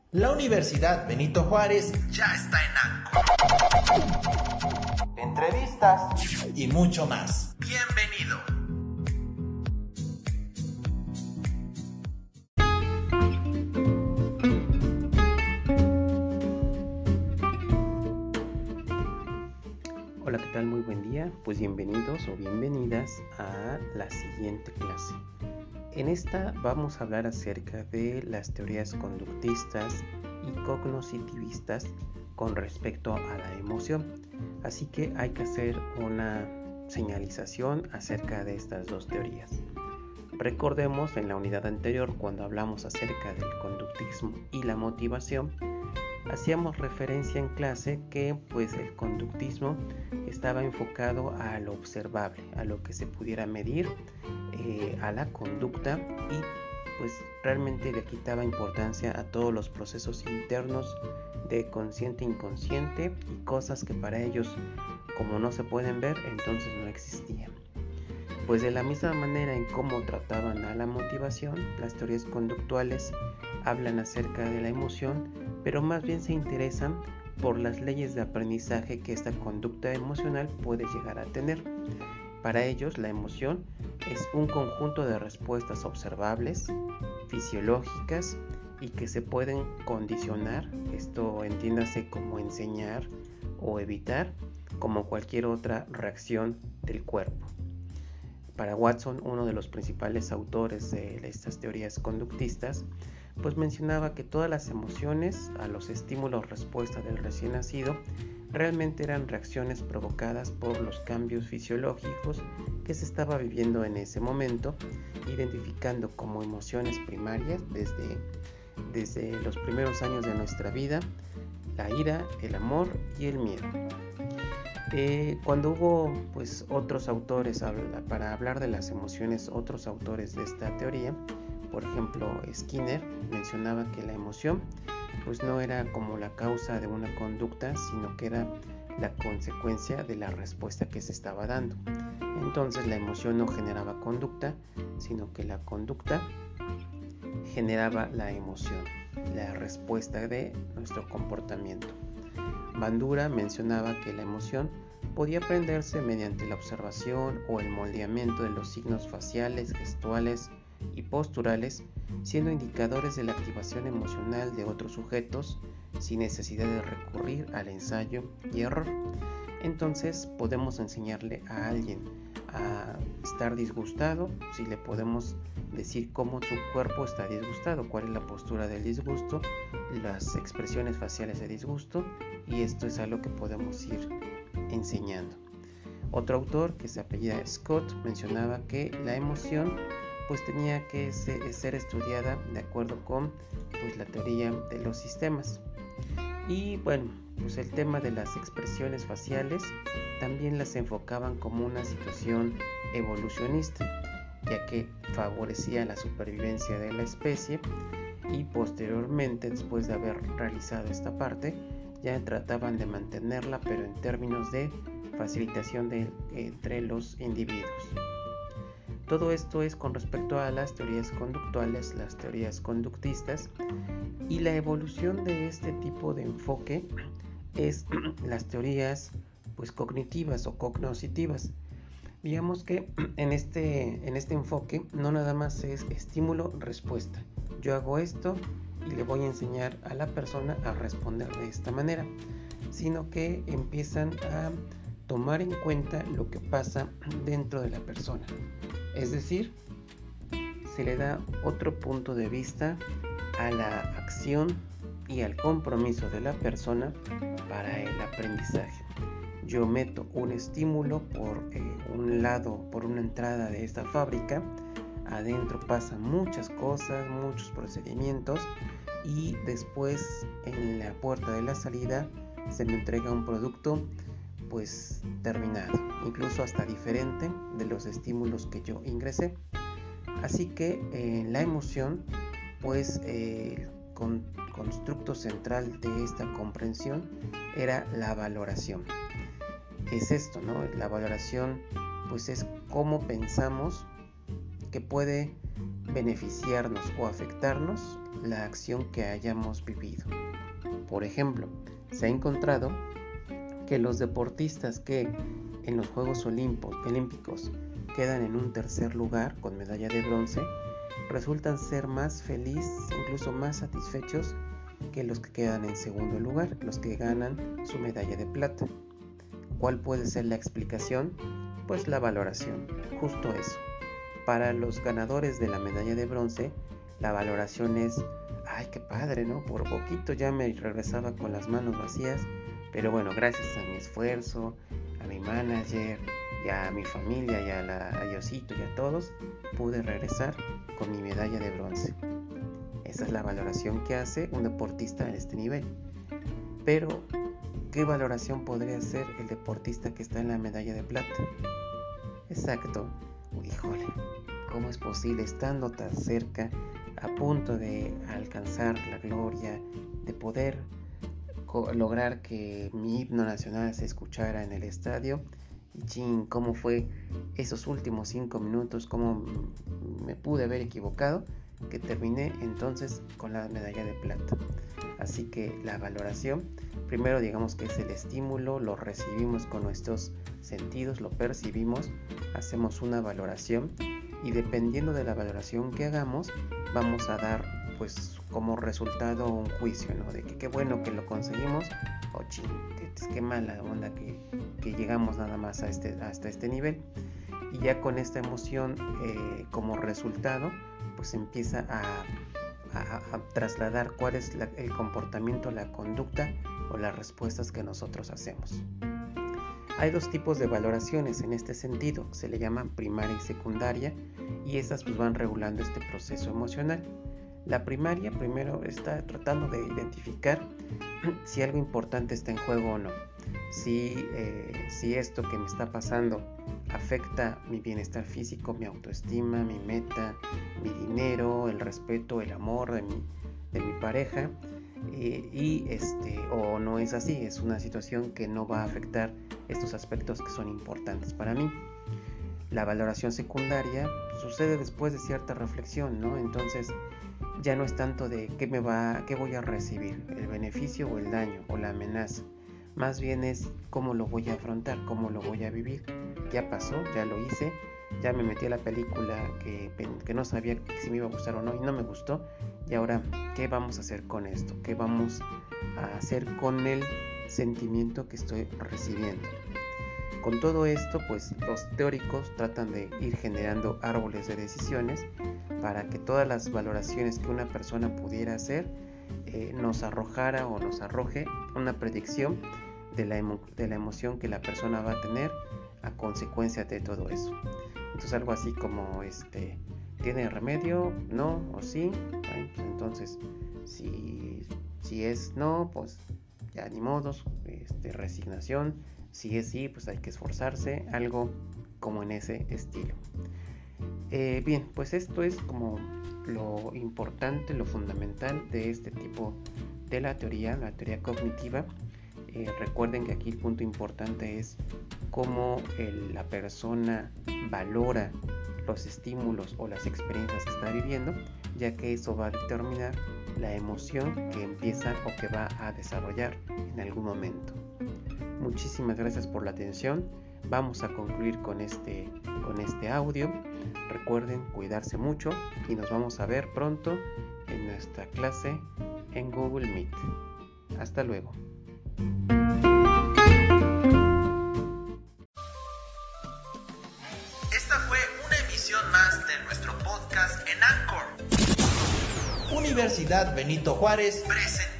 La Universidad Benito Juárez ya está en ANCO. Entrevistas y mucho más. Bienvenido. Hola, ¿qué tal? Muy buen día. Pues bienvenidos o bienvenidas a la siguiente clase. En esta vamos a hablar acerca de las teorías conductistas y cognoscitivistas con respecto a la emoción. Así que hay que hacer una señalización acerca de estas dos teorías. Recordemos en la unidad anterior, cuando hablamos acerca del conductismo y la motivación, hacíamos referencia en clase que pues el conductismo estaba enfocado a lo observable, a lo que se pudiera medir, a la conducta, y pues realmente le quitaba importancia a todos los procesos internos de consciente e inconsciente y cosas que para ellos, como no se pueden ver, entonces no existían. Pues de la misma manera en cómo trataban a la motivación, las teorías conductuales hablan acerca de la emoción, pero más bien se interesan por las leyes de aprendizaje que esta conducta emocional puede llegar a tener. Para ellos, la emoción es un conjunto de respuestas observables, fisiológicas y que se pueden condicionar, esto entiéndase como enseñar o evitar, como cualquier otra reacción del cuerpo. Para Watson, uno de los principales autores de estas teorías conductistas, pues mencionaba que todas las emociones a los estímulos respuesta del recién nacido realmente eran reacciones provocadas por los cambios fisiológicos que se estaba viviendo en ese momento, identificando como emociones primarias desde los primeros años de nuestra vida la ira, el amor y el miedo. Cuando hubo pues otros autores para hablar de las emociones, otros autores de esta teoría, por ejemplo Skinner mencionaba que la emoción pues no era como la causa de una conducta, sino que era la consecuencia de la respuesta que se estaba dando. Entonces la emoción no generaba conducta, sino que la conducta generaba la emoción, la respuesta de nuestro comportamiento. Bandura mencionaba que la emoción podía aprenderse mediante la observación o el moldeamiento de los signos faciales, gestuales y posturales, siendo indicadores de la activación emocional de otros sujetos sin necesidad de recurrir al ensayo y error. Entonces podemos enseñarle a alguien a estar disgustado si le podemos decir cómo su cuerpo está disgustado, cuál es la postura del disgusto, las expresiones faciales de disgusto, y esto es algo que podemos ir enseñando. Otro autor, que se apellida Scott, mencionaba que la emoción pues tenía que ser estudiada de acuerdo con pues la teoría de los sistemas. Y bueno, pues el tema de las expresiones faciales también las enfocaban como una situación evolucionista, ya que favorecía la supervivencia de la especie, y posteriormente, después de haber realizado esta parte, ya trataban de mantenerla, pero en términos de facilitación entre los individuos. Todo esto es con respecto a las teorías conductuales, las teorías conductistas, y la evolución de este tipo de enfoque es las teorías pues cognitivas o cognoscitivas. Digamos que en este enfoque no nada más es estímulo-respuesta. Yo hago esto y le voy a enseñar a la persona a responder de esta manera, sino que empiezan a tomar en cuenta lo que pasa dentro de la persona. Es decir, se le da otro punto de vista a la acción y al compromiso de la persona para el aprendizaje. Yo meto un estímulo por un lado, por una entrada de esta fábrica, adentro pasan muchas cosas, muchos procedimientos, y después en la puerta de la salida se me entrega un producto pues terminado, incluso hasta diferente de los estímulos que yo ingresé. Así que la emoción, pues el constructo central de esta comprensión era la valoración. Es esto, ¿no? La valoración pues es cómo pensamos que puede beneficiarnos o afectarnos la acción que hayamos vivido. Por ejemplo, se ha encontrado que los deportistas que en los Juegos Olímpicos quedan en un tercer lugar con medalla de bronce resultan ser más felices, incluso más satisfechos que los que quedan en segundo lugar, los que ganan su medalla de plata. ¿Cuál puede ser la explicación? Pues la valoración, justo eso. Para los ganadores de la medalla de bronce, la valoración es, ¡ay, qué padre!, ¿no? Por poquito ya me regresaba con las manos vacías, pero bueno, gracias a mi esfuerzo, a mi manager, y a mi familia, y a Diosito, y a todos, pude regresar con mi medalla de bronce. Esa es la valoración que hace un deportista en este nivel. Pero, ¿qué valoración podría hacer el deportista que está en la medalla de plata? Exacto. Híjole, ¿cómo es posible estando tan cerca, a punto de alcanzar la gloria, de poder lograr que mi himno nacional se escuchara en el estadio? Y chin, ¿cómo fue esos últimos 5 minutos? ¿Cómo me pude haber equivocado? Que terminé entonces con la medalla de plata. Así que la valoración, primero digamos que es el estímulo, lo recibimos con nuestros sentidos, lo percibimos, hacemos una valoración y dependiendo de la valoración que hagamos, vamos a dar pues como resultado un juicio, ¿no? De que qué bueno que lo conseguimos, o ching, qué mala onda que llegamos nada más hasta este nivel. Y ya con esta emoción como resultado, pues empieza a trasladar cuál es el comportamiento, la conducta o las respuestas que nosotros hacemos. Hay dos tipos de valoraciones en este sentido, se le llaman primaria y secundaria, y estas pues van regulando este proceso emocional. La primaria primero está tratando de identificar si algo importante está en juego o no. Si esto que me está pasando afecta mi bienestar físico, mi autoestima, mi meta, mi dinero, el respeto, el amor de mi pareja, o no es así, es una situación que no va a afectar estos aspectos que son importantes para mí. La valoración secundaria sucede después de cierta reflexión, ¿no? Entonces ya no es tanto de qué voy a recibir, el beneficio o el daño o la amenaza. Más bien es cómo lo voy a afrontar, cómo lo voy a vivir. Ya pasó, ya lo hice, ya me metí a la película que no sabía si me iba a gustar o no y no me gustó. Y ahora, ¿qué vamos a hacer con esto? ¿Qué vamos a hacer con el sentimiento que estoy recibiendo? Con todo esto, pues los teóricos tratan de ir generando árboles de decisiones para que todas las valoraciones que una persona pudiera hacer nos arrojara o nos arroje una predicción de la emoción que la persona va a tener a consecuencia de todo eso. Entonces algo así como ¿tiene remedio? ¿No? ¿O sí? Bueno, pues entonces si es no, pues ya ni modos, resignación. Si es sí, pues hay que esforzarse, algo como en ese estilo. Bien, pues esto es como lo importante, lo fundamental de este tipo de la teoría cognitiva. Recuerden que aquí el punto importante es cómo la persona valora los estímulos o las experiencias que está viviendo, ya que eso va a determinar la emoción que empieza o que va a desarrollar en algún momento. Muchísimas gracias por la atención. Vamos a concluir con este audio. Recuerden cuidarse mucho y nos vamos a ver pronto en nuestra clase en Google Meet. Hasta luego. Esta fue una emisión más de nuestro podcast en Anchor. Universidad Benito Juárez presenta.